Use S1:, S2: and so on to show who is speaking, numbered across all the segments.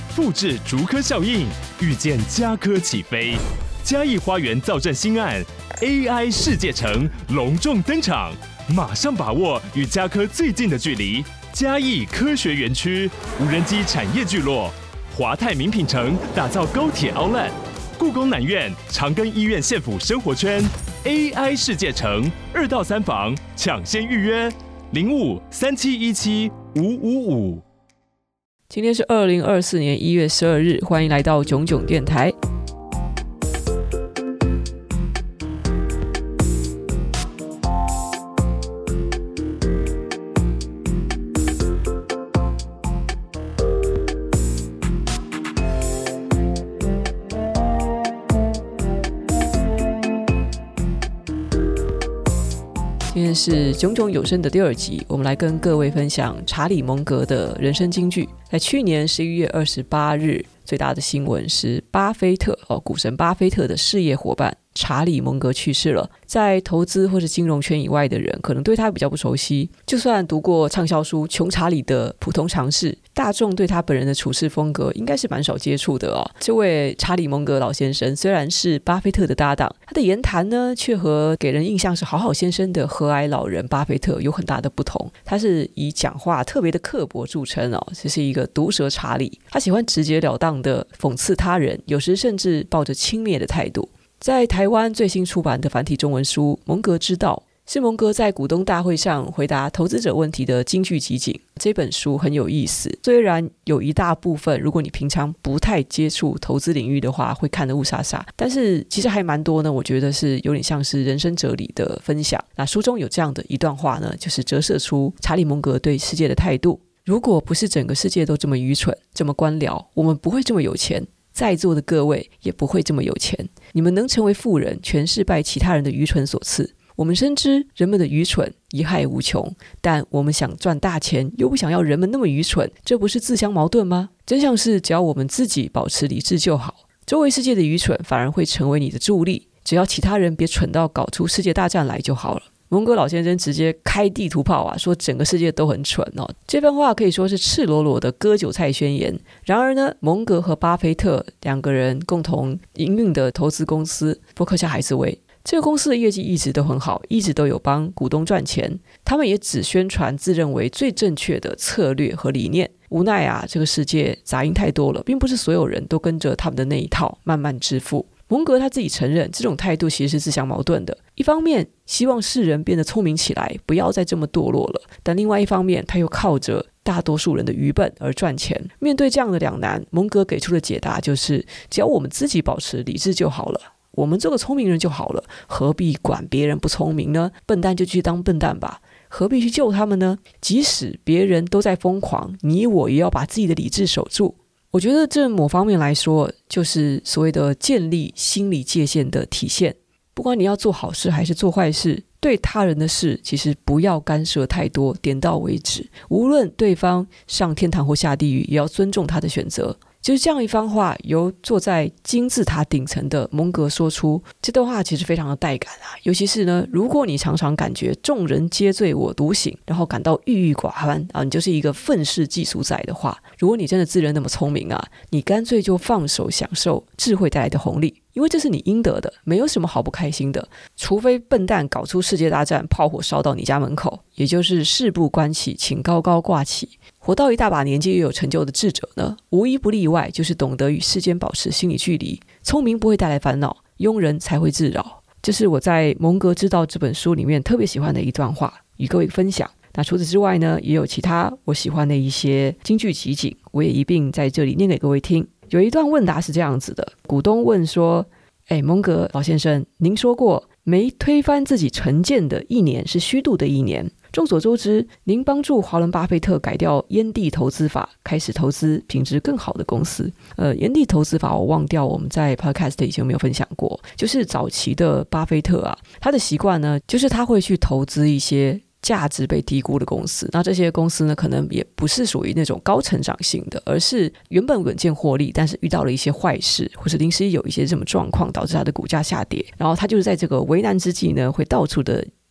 S1: 复制竹科效应，预见家科起飞。嘉义花园造镇新案 AI 世界城隆重登场，马上把握与家科最近的距离。嘉义科学园区、无人机产业聚落、华泰名品城打造高铁 Outlet， 故宫南院、长庚医院县府生活圈 AI 世界城2到3房抢先预约0537175555。
S2: 今天是2024年1月12日，欢迎来到囧囧电台。今天是囧囧有声的第2集，我们来跟各位分享查理蒙格的人生金句。在去年11月28日，最大的新闻是巴菲特股神巴菲特的事业伙伴查理蒙格去世了。在投资或是金融圈以外的人可能对他比较不熟悉，就算读过畅销书《穷查理的普通常识》，大众对他本人的处事风格应该是蛮少接触的这位查理蒙格老先生虽然是巴菲特的搭档，他的言谈呢却和给人印象是好好先生的和蔼老人巴菲特有很大的不同。他是以讲话特别的刻薄著称这是一个毒舌查理，他喜欢直截了当的讽刺他人，有时甚至抱着轻蔑的态度。在台湾最新出版的繁体中文书《蒙格之道》，是蒙格在股东大会上回答投资者问题的金句集锦。这本书很有意思，虽然有一大部分如果你平常不太接触投资领域的话会看得雾煞煞，但是其实还蛮多呢，我觉得是有点像是人生哲理的分享。那书中有这样的一段话呢，就是折射出查理蒙格对世界的态度。如果不是整个世界都这么愚蠢这么官僚，我们不会这么有钱，在座的各位也不会这么有钱。你们能成为富人，全是拜其他人的愚蠢所赐。我们深知人们的愚蠢贻害无穷，但我们想赚大钱，又不想要人们那么愚蠢，这不是自相矛盾吗？真相是，只要我们自己保持理智就好，周围世界的愚蠢反而会成为你的助力，只要其他人别蠢到搞出世界大战来就好了。蒙格老先生直接开地图炮说整个世界都很蠢这番话可以说是赤裸裸的割韭菜宣言。然而呢，蒙格和巴菲特两个人共同营运的投资公司伯克夏海瑟薇，这个公司的业绩一直都很好，一直都有帮股东赚钱，他们也只宣传自认为最正确的策略和理念。无奈这个世界杂音太多了，并不是所有人都跟着他们的那一套慢慢致富。蒙格他自己承认这种态度其实是自相矛盾的，一方面希望世人变得聪明起来，不要再这么堕落了，但另外一方面他又靠着大多数人的愚笨而赚钱。面对这样的两难，蒙格给出的解答就是只要我们自己保持理智就好了，我们做个聪明人就好了，何必管别人不聪明呢？笨蛋就去当笨蛋吧，何必去救他们呢？即使别人都在疯狂，你我也要把自己的理智守住。我觉得这某方面来说就是所谓的建立心理界限的体现。不管你要做好事还是做坏事，对他人的事其实不要干涉太多，点到为止。无论对方上天堂或下地狱，也要尊重他的选择。就是这样一番话，由坐在金字塔顶层的蒙格说出，这段话其实非常的带感尤其是呢，如果你常常感觉众人皆醉我独醒，然后感到郁郁寡欢你就是一个愤世嫉俗仔的话，如果你真的自认那么聪明你干脆就放手享受智慧带来的红利，因为这是你应得的，没有什么好不开心的。除非笨蛋搞出世界大战，炮火烧到你家门口，也就是事不关己，请高高挂起。活到一大把年纪又有成就的智者呢，无一不例外就是懂得与世间保持心理距离。聪明不会带来烦恼，庸人才会自扰。这是我在《蒙格之道》这本书里面特别喜欢的一段话，与各位分享。那除此之外呢，也有其他我喜欢的一些金句集锦，我也一并在这里念给各位听。有一段问答是这样子的，股东问说蒙格老先生，您说过没推翻自己成见的一年是虚度的一年。众所周知，您帮助华伦巴菲特改掉烟蒂投资法，开始投资品质更好的公司。烟蒂投资法我忘掉我们在 podcast 以前有没有分享过，就是早期的巴菲特他的习惯呢，就是他会去投资一些价值被低估的公司。那这些公司呢，可能也不是属于那种高成长性的，而是原本稳健获利，但是遇到了一些坏事，或是临时有一些这种状况导致它的股价下跌，然后他就是在这个为难之际呢，会到处的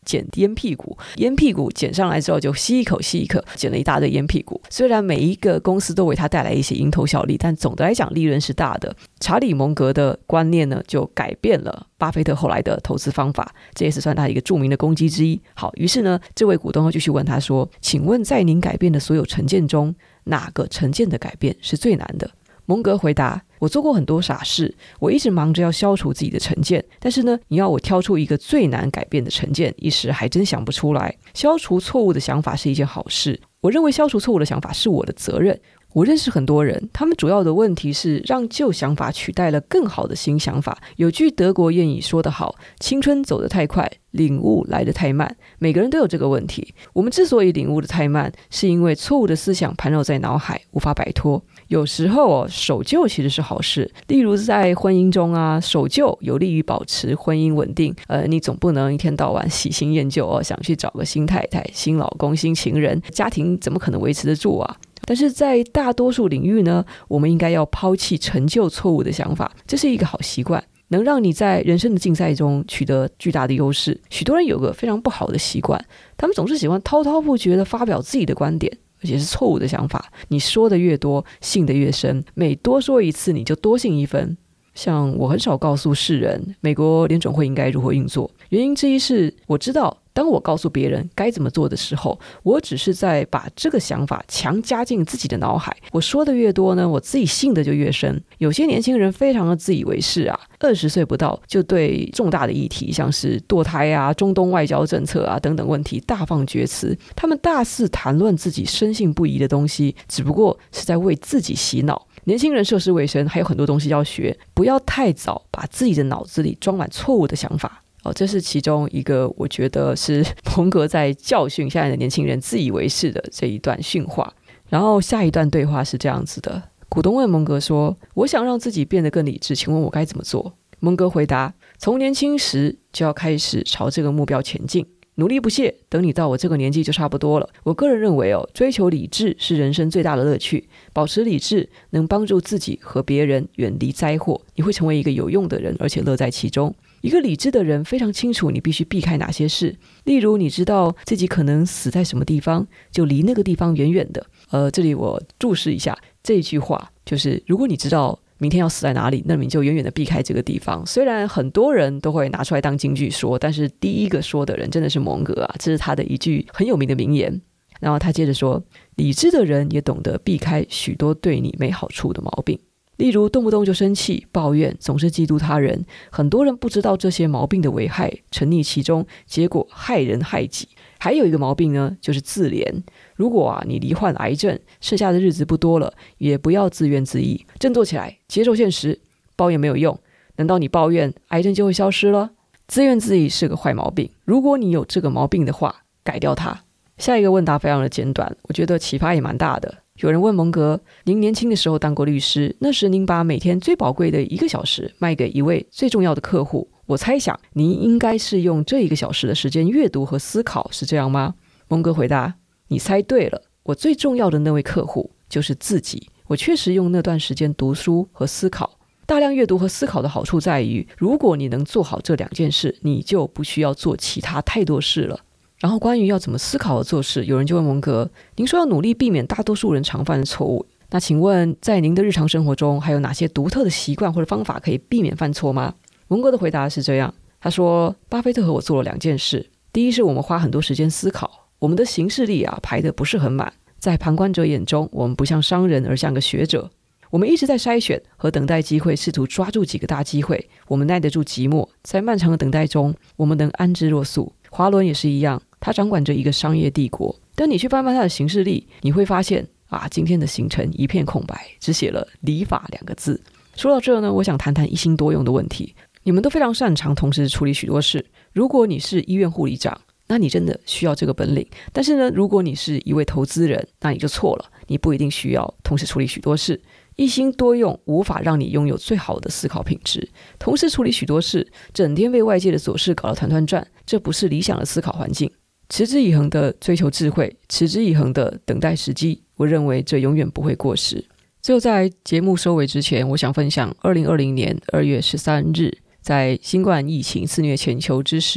S2: 捡烟屁股，烟屁股捡上来之后就吸一口吸一口，捡了一大堆烟屁股。虽然每一个公司都为他带来一些蝇头小利，但总的来讲利润是大的。查理蒙格的观念呢，就改变了巴菲特后来的投资方法，这也是算他一个著名的功绩之一。好，于是呢，这位股东继续问他说，请问在您改变的所有成见中，哪个成见的改变是最难的？蒙格回答，我做过很多傻事，我一直忙着要消除自己的成见，但是呢，你要我挑出一个最难改变的成见，一时还真想不出来。消除错误的想法是一件好事，我认为消除错误的想法是我的责任。我认识很多人，他们主要的问题是让旧想法取代了更好的新想法。有句德国谚语说得好，青春走得太快，领悟来得太慢。每个人都有这个问题，我们之所以领悟得太慢，是因为错误的思想盘绕在脑海，无法摆脱。有时候守旧其实是好事，例如在婚姻中守旧有利于保持婚姻稳定。你总不能一天到晚喜新厌旧想去找个新太太、新老公、新情人，家庭怎么可能维持得住啊？但是在大多数领域呢，我们应该要抛弃陈旧错误的想法，这是一个好习惯，能让你在人生的竞赛中取得巨大的优势。许多人有个非常不好的习惯，他们总是喜欢滔滔不绝地发表自己的观点，而且是错误的想法。你说的越多，信得越深，每多说一次你就多信一分。像我很少告诉世人美国联准会应该如何运作，原因之一是我知道当我告诉别人该怎么做的时候，我只是在把这个想法强加进自己的脑海。我说的越多呢，我自己信的就越深。有些年轻人非常的自以为是20岁不到就对重大的议题，像是堕胎中东外交政策等等问题大放厥词。他们大肆谈论自己深信不疑的东西，只不过是在为自己洗脑。年轻人涉世未深，还有很多东西要学，不要太早把自己的脑子里装满错误的想法。这是其中一个我觉得是蒙格在教训现在的年轻人自以为是的这一段训话。然后下一段对话是这样子的，股东问蒙格说，我想让自己变得更理智，请问我该怎么做？蒙格回答，从年轻时就要开始朝这个目标前进，努力不懈，等你到我这个年纪就差不多了。我个人认为追求理智是人生最大的乐趣，保持理智能帮助自己和别人远离灾祸，你会成为一个有用的人，而且乐在其中。一个理智的人非常清楚你必须避开哪些事，例如你知道自己可能死在什么地方，就离那个地方远远的。这里我注释一下这一句话，就是如果你知道明天要死在哪里，那你就远远的避开这个地方。虽然很多人都会拿出来当金句说，但是第一个说的人真的是蒙格这是他的一句很有名的名言。然后他接着说，理智的人也懂得避开许多对你没好处的毛病，例如动不动就生气、抱怨，总是嫉妒他人。很多人不知道这些毛病的危害，沉溺其中，结果害人害己。还有一个毛病呢，就是自怜。如果你罹患癌症，剩下的日子不多了，也不要自怨自艾，振作起来，接受现实。抱怨没有用，难道你抱怨癌症就会消失了？自怨自艾是个坏毛病，如果你有这个毛病的话，改掉它。下一个问答非常的简短，我觉得启发也蛮大的。有人问蒙格，您年轻的时候当过律师，那时您把每天最宝贵的1个小时卖给一位最重要的客户，我猜想您应该是用这1个小时的时间阅读和思考，是这样吗？蒙格回答，你猜对了，我最重要的那位客户就是自己。我确实用那段时间读书和思考。大量阅读和思考的好处在于，如果你能做好这2件事，你就不需要做其他太多事了。然后关于要怎么思考和做事，有人就问蒙格，您说要努力避免大多数人常犯的错误，那请问在您的日常生活中还有哪些独特的习惯或者方法可以避免犯错吗？蒙格的回答是这样，他说，巴菲特和我做了2件事。第一是我们花很多时间思考，我们的行事历排得不是很满，在旁观者眼中我们不像商人而像个学者。我们一直在筛选和等待机会，试图抓住几个大机会。我们耐得住寂寞，在漫长的等待中我们能安之若素。华伦也是一样，他掌管着一个商业帝国。当你去翻翻他的行事历，你会发现今天的行程一片空白，只写了理法2个字。说到这呢，我想谈谈一心多用的问题。你们都非常擅长同时处理许多事，如果你是医院护理长，那你真的需要这个本领。但是呢，如果你是一位投资人，那你就错了，你不一定需要同时处理许多事。一心多用无法让你拥有最好的思考品质，同时处理许多事，整天被外界的琐事搞得团团转，这不是理想的思考环境。持之以恒的追求智慧，持之以恒的等待时机，我认为这永远不会过时。最后在节目收尾之前，我想分享2020年2月13日，在新冠疫情肆虐全球之时，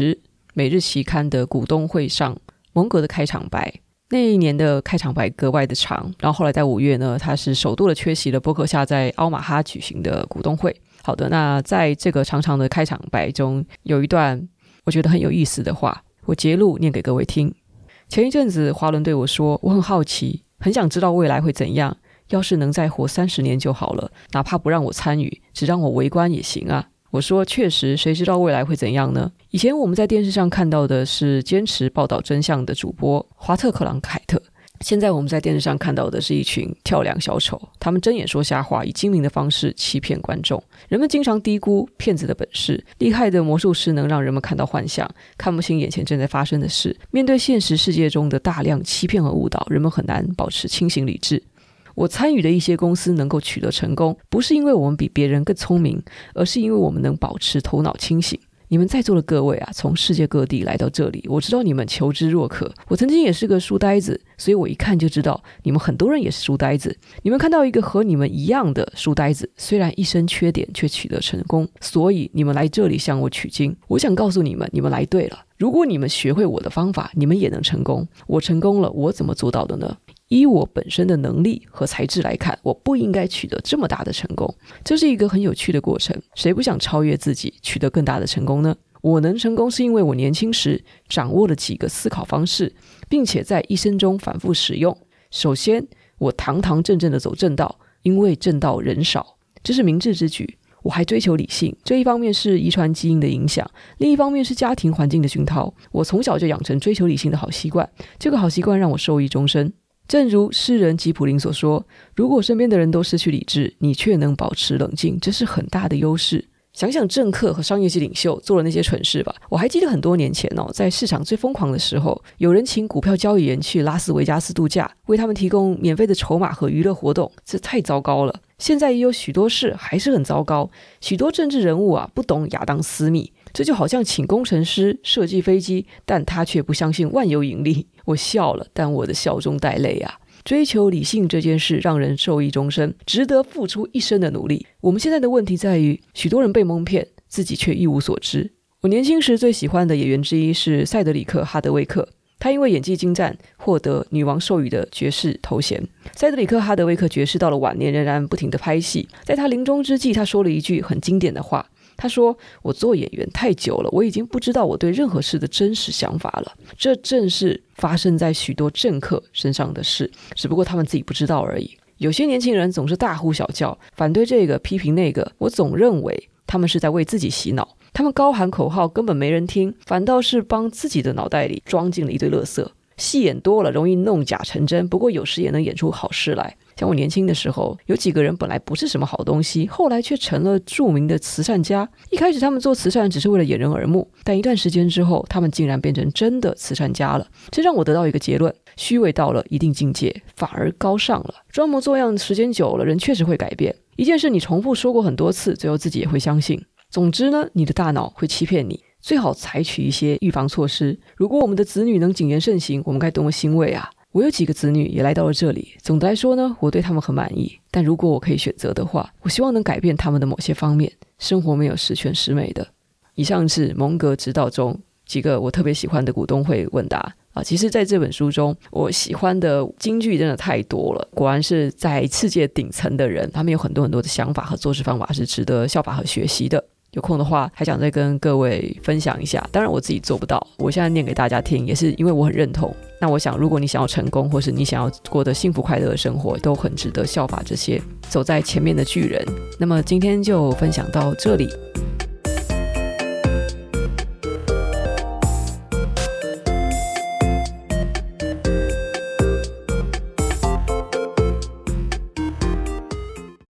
S2: 每日期刊的股东会上蒙格的开场白。那一年的开场白格外的长，然后后来在5月呢，他是首度的缺席了伯克夏在奥马哈举行的股东会。好的，那在这个长长的开场白中，有一段我觉得很有意思的话，我截录念给各位听。前一阵子华伦对我说，我很好奇，很想知道未来会怎样，要是能再活30年就好了，哪怕不让我参与，只让我围观也行啊。我说确实，谁知道未来会怎样呢？以前我们在电视上看到的是坚持报道真相的主播华特克朗凯特，现在我们在电视上看到的是一群跳梁小丑，他们睁眼说瞎话，以精明的方式欺骗观众。人们经常低估骗子的本事，厉害的魔术师能让人们看到幻象，看不清眼前正在发生的事。面对现实世界中的大量欺骗和误导，人们很难保持清醒理智。我参与的一些公司能够取得成功，不是因为我们比别人更聪明，而是因为我们能保持头脑清醒。你们在座的各位啊，从世界各地来到这里，我知道你们求知若渴。我曾经也是个书呆子，所以我一看就知道你们很多人也是书呆子。你们看到一个和你们一样的书呆子，虽然一身缺点，却取得成功，所以你们来这里向我取经。我想告诉你们，你们来对了。如果你们学会我的方法，你们也能成功。我成功了，我怎么做到的呢？依我本身的能力和才智来看，我不应该取得这么大的成功。这是一个很有趣的过程，谁不想超越自己，取得更大的成功呢？我能成功是因为我年轻时掌握了几个思考方式，并且在一生中反复使用。首先，我堂堂正正的走正道，因为正道人少，这是明智之举。我还追求理性，这一方面是遗传基因的影响，另一方面是家庭环境的熏陶。我从小就养成追求理性的好习惯，这个好习惯让我受益终身。正如诗人吉普林所说，如果身边的人都失去理智，你却能保持冷静，这是很大的优势。想想政客和商业界领袖做了那些蠢事吧。我还记得很多年前在市场最疯狂的时候，有人请股票交易员去拉斯维加斯度假，为他们提供免费的筹码和娱乐活动，这太糟糕了。现在也有许多事还是很糟糕，许多政治人物不懂亚当斯密，这就好像请工程师设计飞机，但他却不相信万有引力。我笑了，但我的笑中带泪啊。追求理性这件事让人受益终身，值得付出一生的努力。我们现在的问题在于，许多人被蒙骗，自己却一无所知。我年轻时最喜欢的演员之一是塞德里克·哈德威克，他因为演技精湛获得女王授予的爵士头衔。塞德里克·哈德威克爵士到了晚年仍然不停地拍戏，在他临终之际，他说了一句很经典的话，他说，我做演员太久了，我已经不知道我对任何事的真实想法了。这正是发生在许多政客身上的事，只不过他们自己不知道而已。有些年轻人总是大呼小叫，反对这个批评那个，我总认为他们是在为自己洗脑。他们高喊口号根本没人听，反倒是帮自己的脑袋里装进了一堆垃圾。戏演多了容易弄假成真，不过有时也能演出好事来。像我年轻的时候，有几个人本来不是什么好东西，后来却成了著名的慈善家。一开始他们做慈善只是为了掩人耳目，但一段时间之后，他们竟然变成真的慈善家了。这让我得到一个结论，虚伪到了一定境界反而高尚了。装模作样时间久了，人确实会改变。一件事你重复说过很多次，最后自己也会相信。总之呢，你的大脑会欺骗你，最好采取一些预防措施。如果我们的子女能谨言慎行，我们该多么欣慰啊。我有几个子女也来到了这里，总的来说呢，我对他们很满意。但如果我可以选择的话，我希望能改变他们的某些方面。生活没有十全十美的。以上是蒙格指导中几个我特别喜欢的股东会问答其实在这本书中，我喜欢的金句真的太多了。果然是在世界顶层的人，他们有很多很多的想法和做事方法是值得效法和学习的。有空的话还想再跟各位分享一下，当然我自己做不到，我现在念给大家听也是因为我很认同。那我想如果你想要成功，或是你想要过得幸福快乐的生活，都很值得效法这些走在前面的巨人。那么今天就分享到这里。